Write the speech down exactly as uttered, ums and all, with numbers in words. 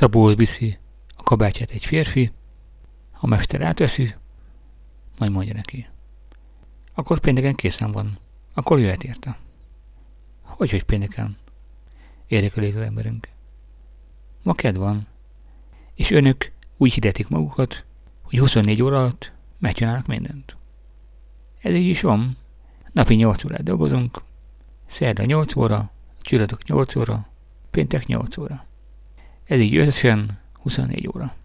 Szabóhoz viszi a kabátját egy férfi, a mester átveszi, majd mondja neki. Akkor pénteken készen van. Akkor jöhet érte. Hogy, hogy pénteken? Érdeklődik az emberünk. Ma kedd van, és önök úgy hirdetik magukat, hogy huszonnégy óra alatt megcsinálnak mindent. Ez így is van. Napi nyolc órát dolgozunk, szerda nyolc óra, csütörtök nyolc óra, péntek nyolc óra. Ez így összesen huszonnégy óra.